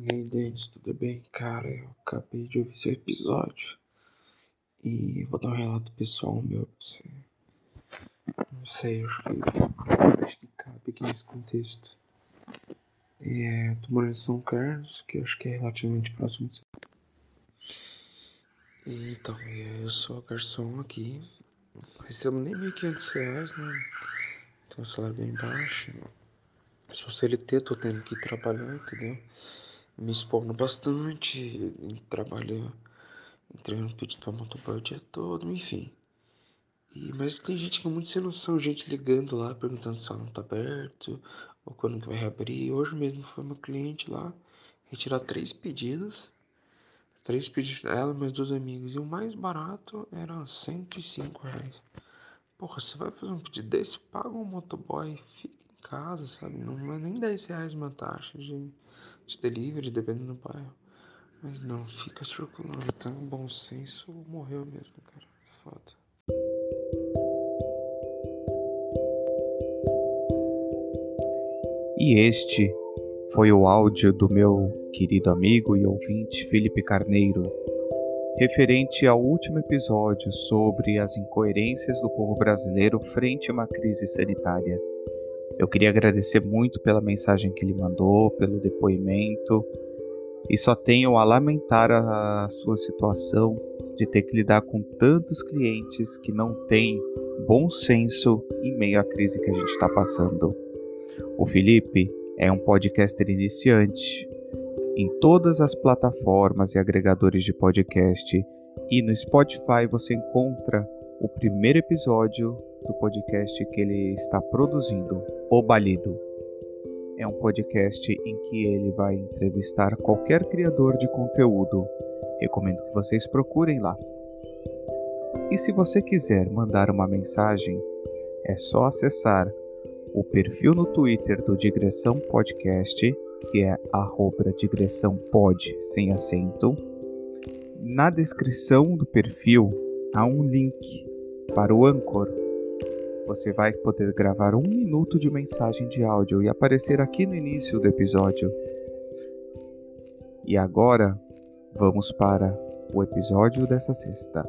E aí, Denis, tudo bem? Cara, eu acabei de ouvir seu episódio e vou dar um relato pessoal meu pra você. Não sei, acho que cabe aqui nesse contexto. Tô morando em São Carlos, que eu acho que é relativamente próximo de você. Eu sou garçom aqui, recebo nem R$ 1.500, né? Então, o salário bem baixo. Sou CLT, tô tendo que trabalhar, entendeu? Me expondo bastante, trabalho entregando pedido pra motoboy o dia todo, enfim. Mas tem gente que é muito sem noção, gente ligando lá, perguntando se o salão tá aberto, ou quando que vai reabrir. Hoje mesmo foi uma cliente lá, retirar três pedidos dela, meus dois amigos, e o mais barato era R$ 105. Porra, você vai fazer um pedido desse, paga um motoboy, fica em casa, sabe? Não é nem R$ 10 uma taxa de delivery, dependendo do bairro. Mas não, fica circulando, então o bom senso morreu mesmo, cara. Foda. E este foi o áudio do meu querido amigo e ouvinte Felipe Carneiro, referente ao último episódio sobre as incoerências do povo brasileiro frente a uma crise sanitária. Eu queria agradecer muito pela mensagem que ele mandou, pelo depoimento, e só tenho a lamentar a sua situação de ter que lidar com tantos clientes que não têm bom senso em meio à crise que a gente está passando. O Felipe é um podcaster iniciante. Em todas as plataformas e agregadores de podcast e no Spotify você encontra o primeiro episódio do podcast que ele está produzindo, O Balido. É um podcast em que ele vai entrevistar qualquer criador de conteúdo. Recomendo que vocês procurem lá. E se você quiser mandar uma mensagem, é só acessar o perfil no Twitter do Digressão Podcast, que é @digressãopod, sem acento. Na descrição do perfil há um link para o Anchor. Você vai poder gravar 1 minuto de mensagem de áudio e aparecer aqui no início do episódio. E agora, vamos para o episódio dessa sexta.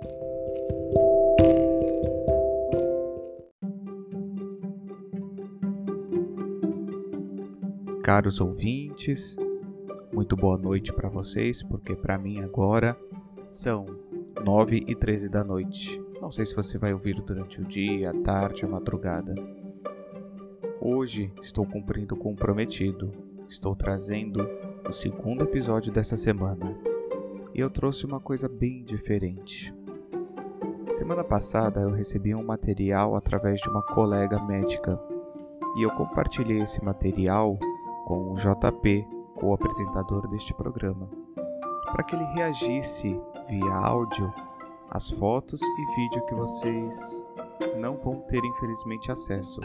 Caros ouvintes, muito boa noite para vocês, porque para mim agora são 9h13 da noite. Não sei se você vai ouvir durante o dia, a tarde, a madrugada. Hoje estou cumprindo o comprometido. Estou trazendo o segundo episódio dessa semana. E eu trouxe uma coisa bem diferente. Semana passada eu recebi um material através de uma colega médica. E eu compartilhei esse material com o JP, co-apresentador deste programa, para que ele reagisse via áudio às fotos e vídeo que vocês não vão ter infelizmente acesso.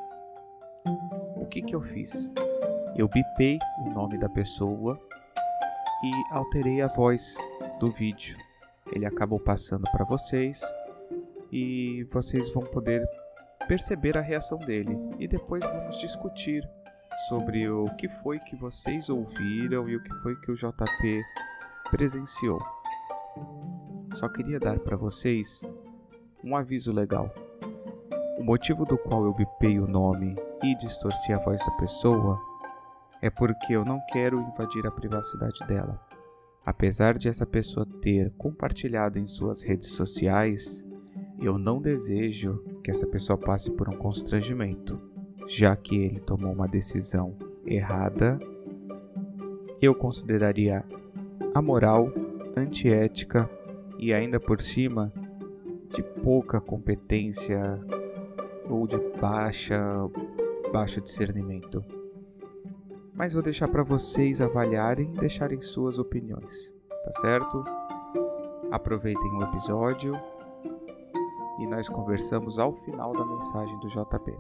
O que eu fiz? Eu bipei o nome da pessoa e alterei a voz do vídeo. Ele acabou passando para vocês e vocês vão poder perceber a reação dele. E depois vamos discutir sobre o que foi que vocês ouviram e o que foi que o JP presenciou. Só queria dar para vocês um aviso legal. O motivo do qual eu bipei o nome e distorci a voz da pessoa é porque eu não quero invadir a privacidade dela. Apesar de essa pessoa ter compartilhado em suas redes sociais, eu não desejo que essa pessoa passe por um constrangimento. Já que ele tomou uma decisão errada, eu consideraria amoral, antiética e ainda por cima de pouca competência ou de baixo discernimento. Mas vou deixar para vocês avaliarem e deixarem suas opiniões, tá certo? Aproveitem o episódio e nós conversamos ao final da mensagem do JP.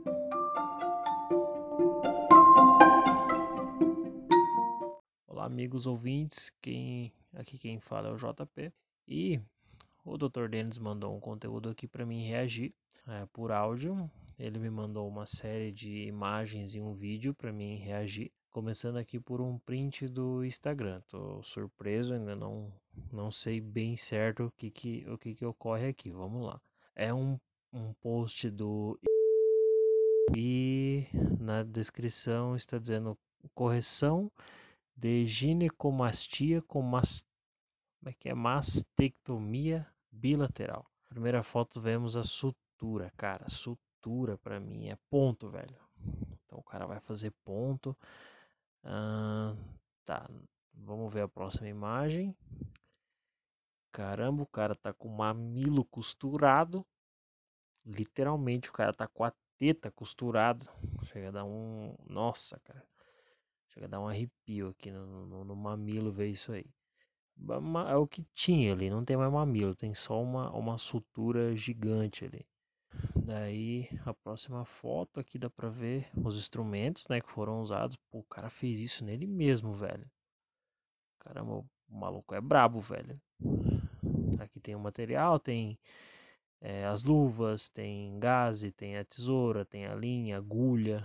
Olá, amigos ouvintes, aqui quem fala é o JP e o Dr. Denis mandou um conteúdo aqui para mim reagir por áudio. Ele me mandou uma série de imagens e um vídeo para mim reagir. Começando aqui por um print do Instagram. Tô surpreso, ainda não sei bem certo o que ocorre aqui. Vamos lá. É um post do e na descrição está dizendo correção de ginecomastia com como é que é? Mastectomia bilateral. Primeira foto vemos a sutura, cara. Sutura pra mim é ponto, velho. Então o cara vai fazer ponto. Tá, vamos ver a próxima imagem. Caramba, o cara tá com o mamilo costurado. Literalmente, o cara tá com a teta costurada. Chega a dar um. Nossa, cara. Chega a dar um arrepio aqui no mamilo ver isso aí. É o que tinha ali, não tem mais mamilo, tem só uma sutura gigante ali. Daí a próxima foto aqui dá pra ver os instrumentos, né, que foram usados. Pô, o cara fez isso nele mesmo, velho. Caramba, o maluco é brabo, velho. Aqui tem o material, tem as luvas, tem gaze, tem a tesoura, tem a linha, agulha.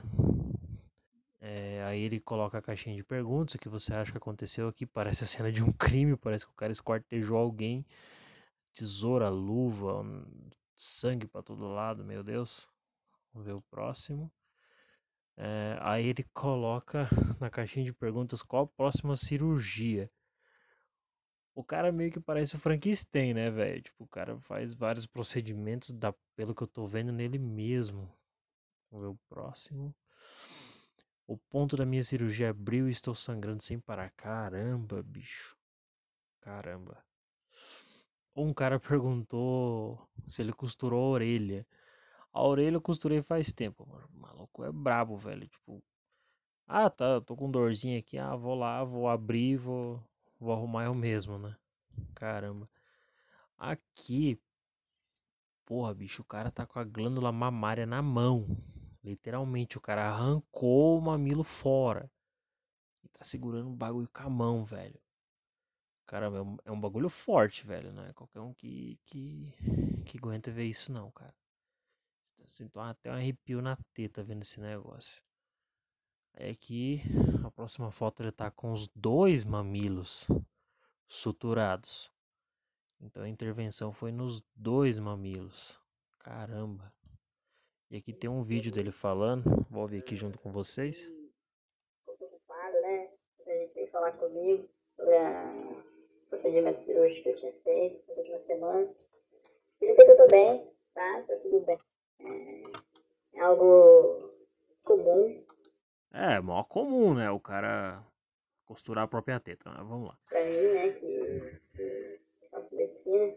Aí ele coloca a caixinha de perguntas, o que você acha que aconteceu aqui? Parece a cena de um crime, parece que o cara esquartejou alguém. Tesoura, luva, sangue pra todo lado, meu Deus. Vamos ver o próximo. Aí ele coloca na caixinha de perguntas qual a próxima cirurgia. O cara meio que parece o Frankenstein, né, velho? Tipo, o cara faz vários procedimentos, pelo que eu tô vendo nele mesmo. Vamos ver o próximo. O ponto da minha cirurgia abriu e estou sangrando sem parar. Caramba, bicho. Caramba. Um cara perguntou se ele costurou a orelha. A orelha eu costurei faz tempo, mano. O maluco é brabo, velho. Tipo, tá, tô com dorzinha aqui. Vou lá, vou abrir, vou arrumar eu mesmo, né? Caramba. Aqui, porra, bicho, o cara tá com a glândula mamária na mão. Literalmente, o cara arrancou o mamilo fora. E tá segurando o bagulho com a mão, velho. Caramba, é um bagulho forte, velho, né? Qualquer um que aguenta ver isso não, cara. Sinto até um arrepio na teta vendo esse negócio. Aí aqui, a próxima foto ele tá com os dois mamilos suturados. Então a intervenção foi nos dois mamilos. Caramba. E aqui tem um vídeo dele falando. Vou ouvir aqui junto com vocês. Ficou preocupado, né? A gente veio falar comigo sobre o procedimento cirúrgico que eu tinha feito nas últimas semanas. Queria dizer que eu tô bem, tá? Tá tudo bem. É algo comum Mó comum, né? O cara costurar a própria teta, né? Vamos lá. pra mim, né? Que faço medicina.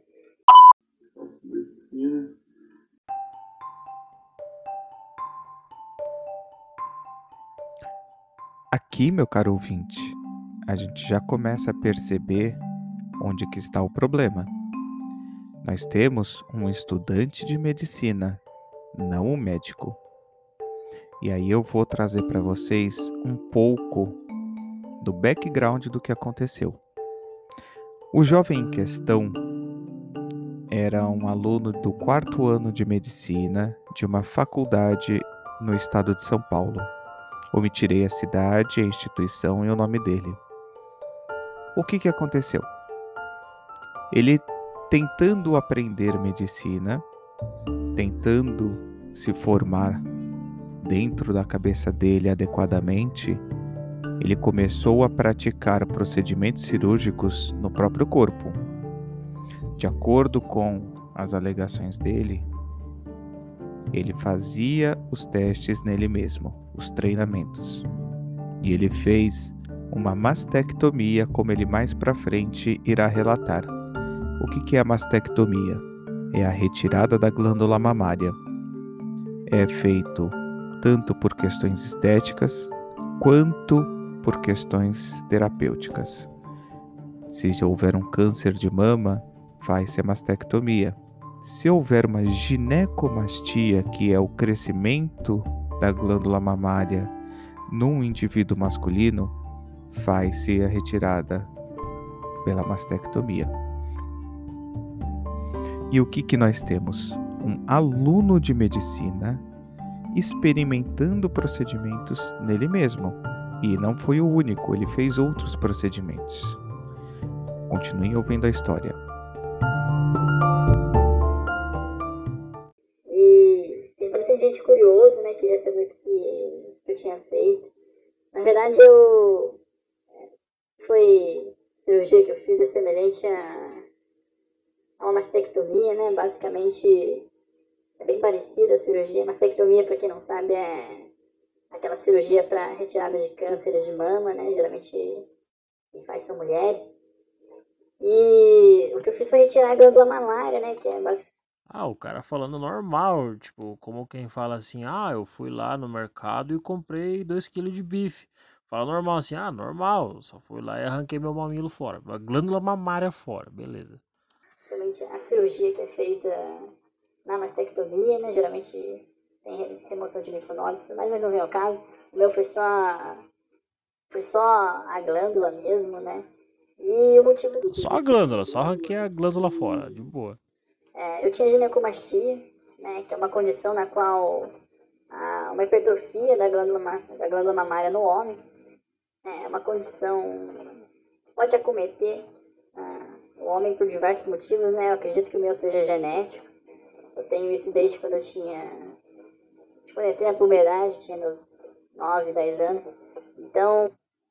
Aqui, meu caro ouvinte, a gente já começa a perceber onde que está o problema. Nós temos um estudante de medicina, não um médico. E aí eu vou trazer para vocês um pouco do background do que aconteceu. O jovem em questão era um aluno do 4º ano de medicina de uma faculdade no estado de São Paulo. Omitirei a cidade, a instituição e o nome dele. O que aconteceu? Ele, tentando aprender medicina, tentando se formar dentro da cabeça dele adequadamente, ele começou a praticar procedimentos cirúrgicos no próprio corpo. De acordo com as alegações dele, ele fazia os testes nele mesmo, os treinamentos. E ele fez uma mastectomia, como ele mais para frente irá relatar. O que é a mastectomia? É a retirada da glândula mamária. É feito tanto por questões estéticas, quanto por questões terapêuticas. Se houver um câncer de mama, faz-se a mastectomia. Se houver uma ginecomastia, que é o crescimento da glândula mamária num indivíduo masculino, faz-se a retirada pela mastectomia. E o que nós temos? Um aluno de medicina experimentando procedimentos nele mesmo. E não foi o único, ele fez outros procedimentos. Continuem ouvindo a história. E tem bastante gente curiosa, né? Queria saber o que eu tinha feito. Na verdade, foi cirurgia que eu fiz é semelhante a uma mastectomia, né? Basicamente, é bem parecida a cirurgia. Mastectomia, para quem não sabe, é aquela cirurgia para retirada de cânceres de mama, né? Geralmente, quem faz são mulheres. E o que eu fiz foi retirar a glândula mamária, né? Que é basicamente... O cara falando normal, tipo, como quem fala assim, eu fui lá no mercado e comprei 2 kg de bife. Fala normal assim, normal, só fui lá e arranquei meu mamilo fora, a glândula mamária fora, beleza. A cirurgia que é feita na mastectomia, né? Geralmente tem remoção de linfonodos, mas não vem ao caso. O meu foi só a glândula mesmo, né? E o motivo... Só a glândula, só arranquei a glândula fora, de boa. Eu tinha ginecomastia, né? Que é uma condição na qual há uma hipertrofia da glândula mamária no homem. É uma condição que pode acometer o homem por diversos motivos, né? Eu acredito que o meu seja genético. Eu tenho isso desde quando eu tinha... Quando eu entrei na puberdade, tinha meus 9, 10 anos. Então,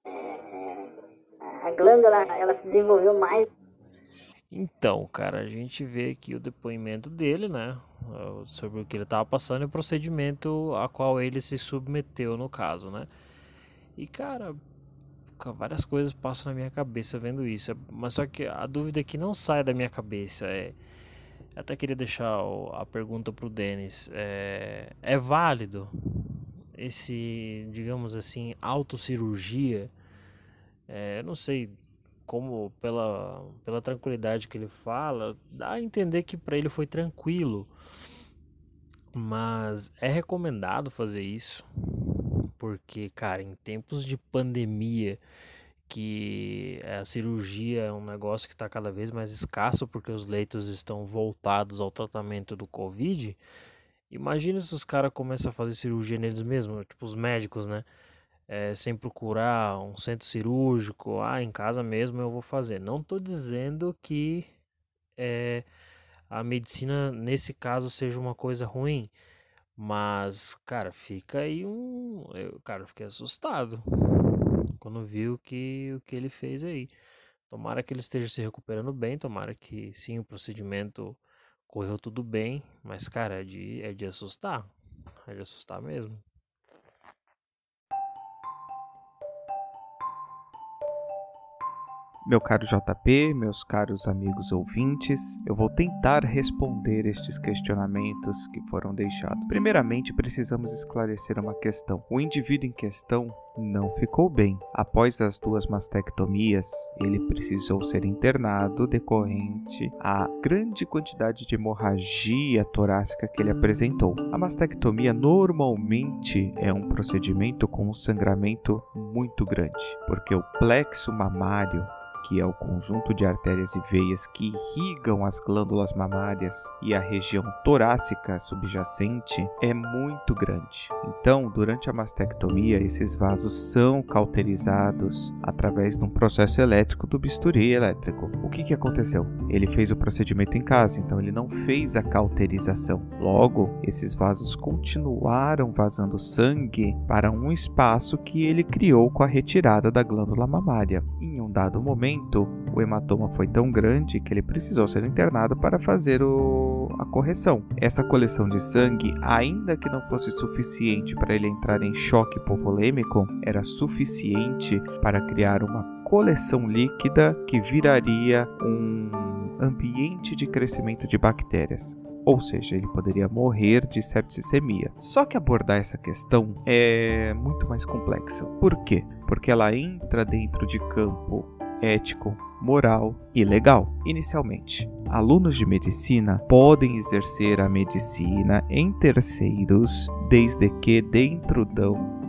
a glândula, ela se desenvolveu mais. Então, cara, a gente vê aqui o depoimento dele, né? Sobre o que ele estava passando e o procedimento a qual ele se submeteu no caso, né? E, cara, várias coisas passam na minha cabeça vendo isso. Mas só que a dúvida que não sai da minha cabeça até queria deixar a pergunta pro Denis. É válido esse, digamos assim, autocirurgia? Eu não sei como, pela tranquilidade que ele fala, dá a entender que para ele foi tranquilo. Mas é recomendado fazer isso? Porque, cara, em tempos de pandemia, que a cirurgia é um negócio que está cada vez mais escasso porque os leitos estão voltados ao tratamento do Covid. Imagina se os caras começam a fazer cirurgia neles mesmos, tipo os médicos, né? Sem procurar um centro cirúrgico, em casa mesmo eu vou fazer. Não estou dizendo que a medicina nesse caso seja uma coisa ruim, mas, cara, fica aí eu fiquei assustado quando vi o que ele fez aí. Tomara que ele esteja se recuperando bem, tomara que sim, o procedimento correu tudo bem, mas, cara, é de assustar mesmo. Meu caro JP, meus caros amigos ouvintes, eu vou tentar responder estes questionamentos que foram deixados. Primeiramente, precisamos esclarecer uma questão. O indivíduo em questão não ficou bem. Após as 2 mastectomias, ele precisou ser internado decorrente à grande quantidade de hemorragia torácica que ele apresentou. A mastectomia normalmente é um procedimento com um sangramento muito grande, porque o plexo mamário, que é o conjunto de artérias e veias que irrigam as glândulas mamárias e a região torácica subjacente, é muito grande. Então, durante a mastectomia, esses vasos são cauterizados através de um processo elétrico do bisturi elétrico. O que aconteceu? Ele fez o procedimento em casa, então ele não fez a cauterização. Logo, esses vasos continuaram vazando sangue para um espaço que ele criou com a retirada da glândula mamária. Em um dado momento, o hematoma foi tão grande que ele precisou ser internado para fazer a correção. Essa coleção de sangue, ainda que não fosse suficiente para ele entrar em choque hipovolêmico, era suficiente para criar uma coleção líquida que viraria um ambiente de crescimento de bactérias. Ou seja, ele poderia morrer de septicemia. Só que abordar essa questão é muito mais complexo. Por quê? Porque ela entra dentro de campo ético, moral e legal. Inicialmente, alunos de medicina podem exercer a medicina em terceiros desde que dentro de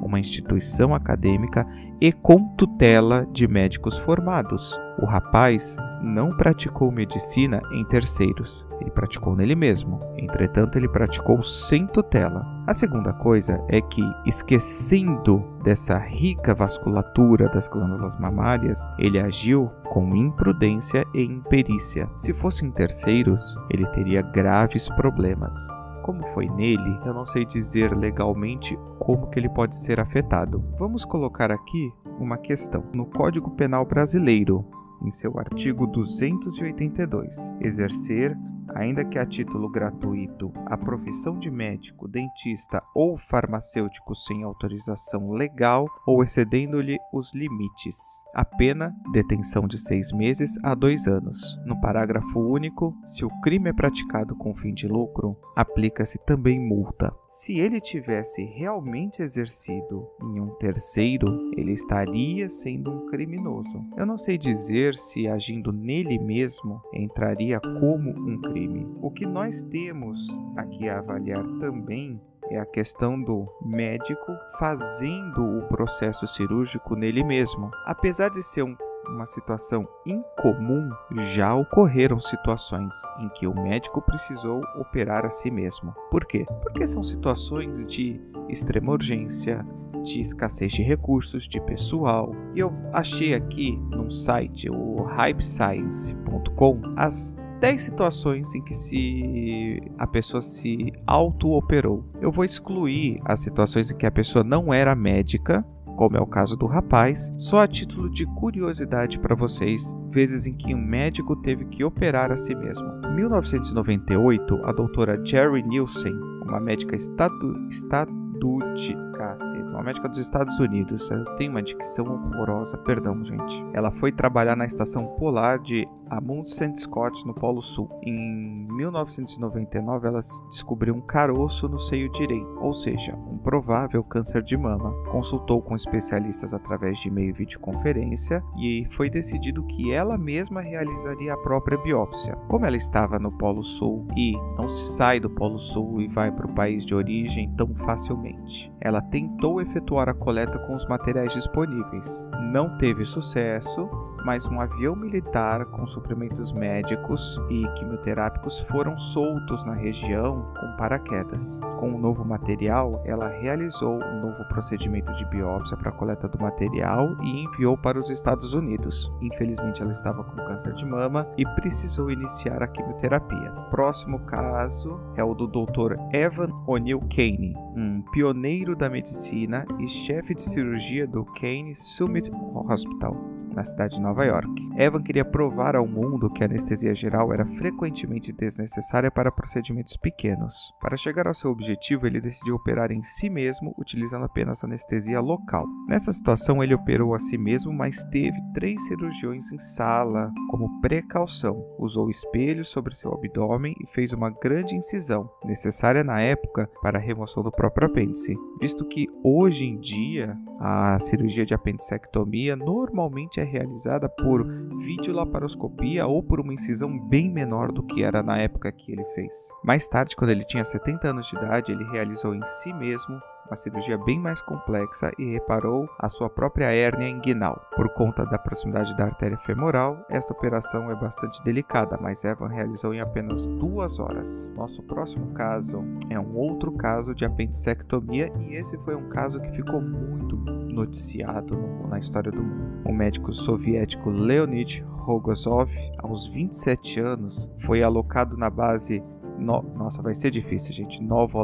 uma instituição acadêmica e com tutela de médicos formados. O rapaz não praticou medicina em terceiros, ele praticou nele mesmo. Entretanto, ele praticou sem tutela. A segunda coisa é que, esquecendo dessa rica vasculatura das glândulas mamárias, ele agiu com imprudência e imperícia. Se fossem terceiros, ele teria graves problemas. Como foi nele, eu não sei dizer legalmente como que ele pode ser afetado. Vamos colocar aqui uma questão. No Código Penal Brasileiro, em seu artigo 282, exercer, ainda que a título gratuito, a profissão de médico, dentista ou farmacêutico sem autorização legal ou excedendo-lhe os limites. A pena, detenção de 6 meses a 2 anos. No parágrafo único, se o crime é praticado com fim de lucro, aplica-se também multa. Se ele tivesse realmente exercido em um terceiro, ele estaria sendo um criminoso. Eu não sei dizer se agindo nele mesmo entraria como um crime. O que nós temos aqui a avaliar também é a questão do médico fazendo o processo cirúrgico nele mesmo. Apesar de ser uma situação incomum, já ocorreram situações em que o médico precisou operar a si mesmo. Por quê? Porque são situações de extrema urgência, de escassez de recursos, de pessoal. E eu achei aqui num site, o hypescience.com, as 10 situações em que a pessoa se auto-operou. Eu vou excluir as situações em que a pessoa não era médica, como é o caso do rapaz, só a título de curiosidade para vocês, vezes em que um médico teve que operar a si mesmo. Em 1998, a doutora Jerry Nielsen, uma médica uma médica dos Estados Unidos, eu tenho uma dicção horrorosa, perdão, gente. Ela foi trabalhar na estação polar de Amundsen Scott, no Polo Sul. Em 1999, ela descobriu um caroço no seio direito, ou seja, um provável câncer de mama. Consultou com especialistas através de e-mail e videoconferência e foi decidido que ela mesma realizaria a própria biópsia. Como ela estava no Polo Sul e não se sai do Polo Sul e vai para o país de origem tão facilmente, ela tentou efetuar a coleta com os materiais disponíveis. Não teve sucesso, mas um avião militar com suprimentos médicos e quimioterápicos foram soltos na região com paraquedas. Com o novo material, ela realizou um novo procedimento de biópsia para a coleta do material e enviou para os Estados Unidos. Infelizmente, ela estava com câncer de mama e precisou iniciar a quimioterapia. Próximo caso é o do Dr. Evan O'Neill Kane, um pioneiro da medicina e chefe de cirurgia do Kane Summit Hospital, na cidade de Nova York. Evan queria provar ao mundo que a anestesia geral era frequentemente desnecessária para procedimentos pequenos. Para chegar ao seu objetivo, ele decidiu operar em si mesmo, utilizando apenas anestesia local. Nessa situação, ele operou a si mesmo, mas teve 3 cirurgiões em sala. Como precaução, usou espelhos sobre seu abdômen e fez uma grande incisão, necessária na época para a remoção do próprio apêndice, visto que hoje em dia a cirurgia de apendicectomia normalmente é realizada por videolaparoscopia ou por uma incisão bem menor do que era na época que ele fez. Mais tarde, quando ele tinha 70 anos de idade, ele realizou em si mesmo uma cirurgia bem mais complexa e reparou a sua própria hérnia inguinal. Por conta da proximidade da artéria femoral, esta operação é bastante delicada, mas Evan realizou em apenas 2 horas. Nosso próximo caso é um outro caso de apendicectomia e esse foi um caso que ficou muito noticiado na história do mundo. O médico soviético Leonid Rogozov, aos 27 anos, foi alocado na base vai ser difícil, gente.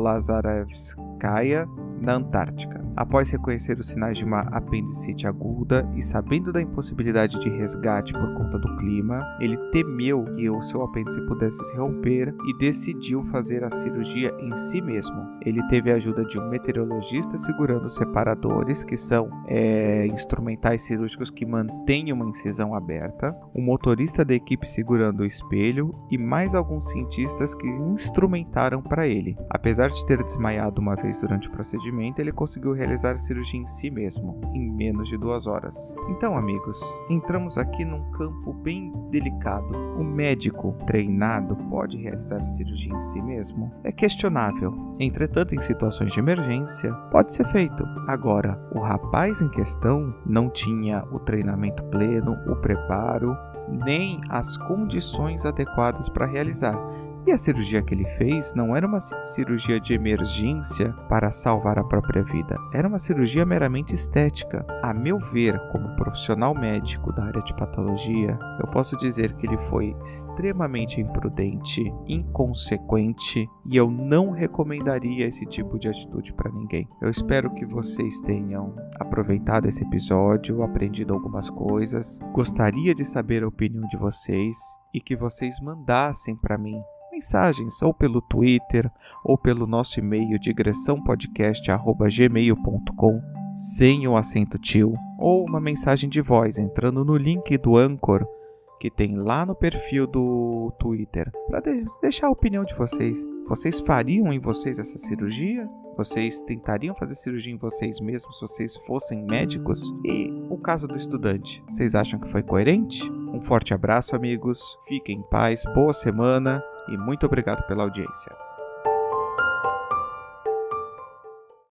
Novolazarevskaya, na Antártica. Após reconhecer os sinais de uma apendicite aguda e sabendo da impossibilidade de resgate por conta do clima, ele temeu que o seu apêndice pudesse se romper e decidiu fazer a cirurgia em si mesmo. Ele teve a ajuda de um meteorologista segurando os separadores, que são instrumentais cirúrgicos que mantêm uma incisão aberta, um motorista da equipe segurando o espelho e mais alguns cientistas que instrumentaram para ele. Apesar de ter desmaiado uma vez durante o procedimento, ele conseguiu realizar a cirurgia em si mesmo, em menos de 2 horas. Então, amigos, entramos aqui num campo bem delicado. O médico treinado pode realizar a cirurgia em si mesmo? É questionável. Entretanto, em situações de emergência, pode ser feito. Agora, o rapaz em questão não tinha o treinamento pleno, o preparo, nem as condições adequadas para realizar. E a cirurgia que ele fez não era uma cirurgia de emergência para salvar a própria vida. Era uma cirurgia meramente estética. A meu ver, como profissional médico da área de patologia, eu posso dizer que ele foi extremamente imprudente, inconsequente, e eu não recomendaria esse tipo de atitude para ninguém. Eu espero que vocês tenham aproveitado esse episódio, aprendido algumas coisas. Gostaria de saber a opinião de vocês e que vocês mandassem para mim mensagens ou pelo Twitter ou pelo nosso e-mail digressãopodcast@gmail.com sem o acento tio, ou uma mensagem de voz entrando no link do Anchor que tem lá no perfil do Twitter para deixar a opinião de vocês. Vocês fariam em vocês essa cirurgia? Vocês tentariam fazer cirurgia em vocês mesmos se vocês fossem médicos? E o caso do estudante, vocês acham que foi coerente? Um forte abraço, amigos. Fiquem em paz, boa semana e muito obrigado pela audiência.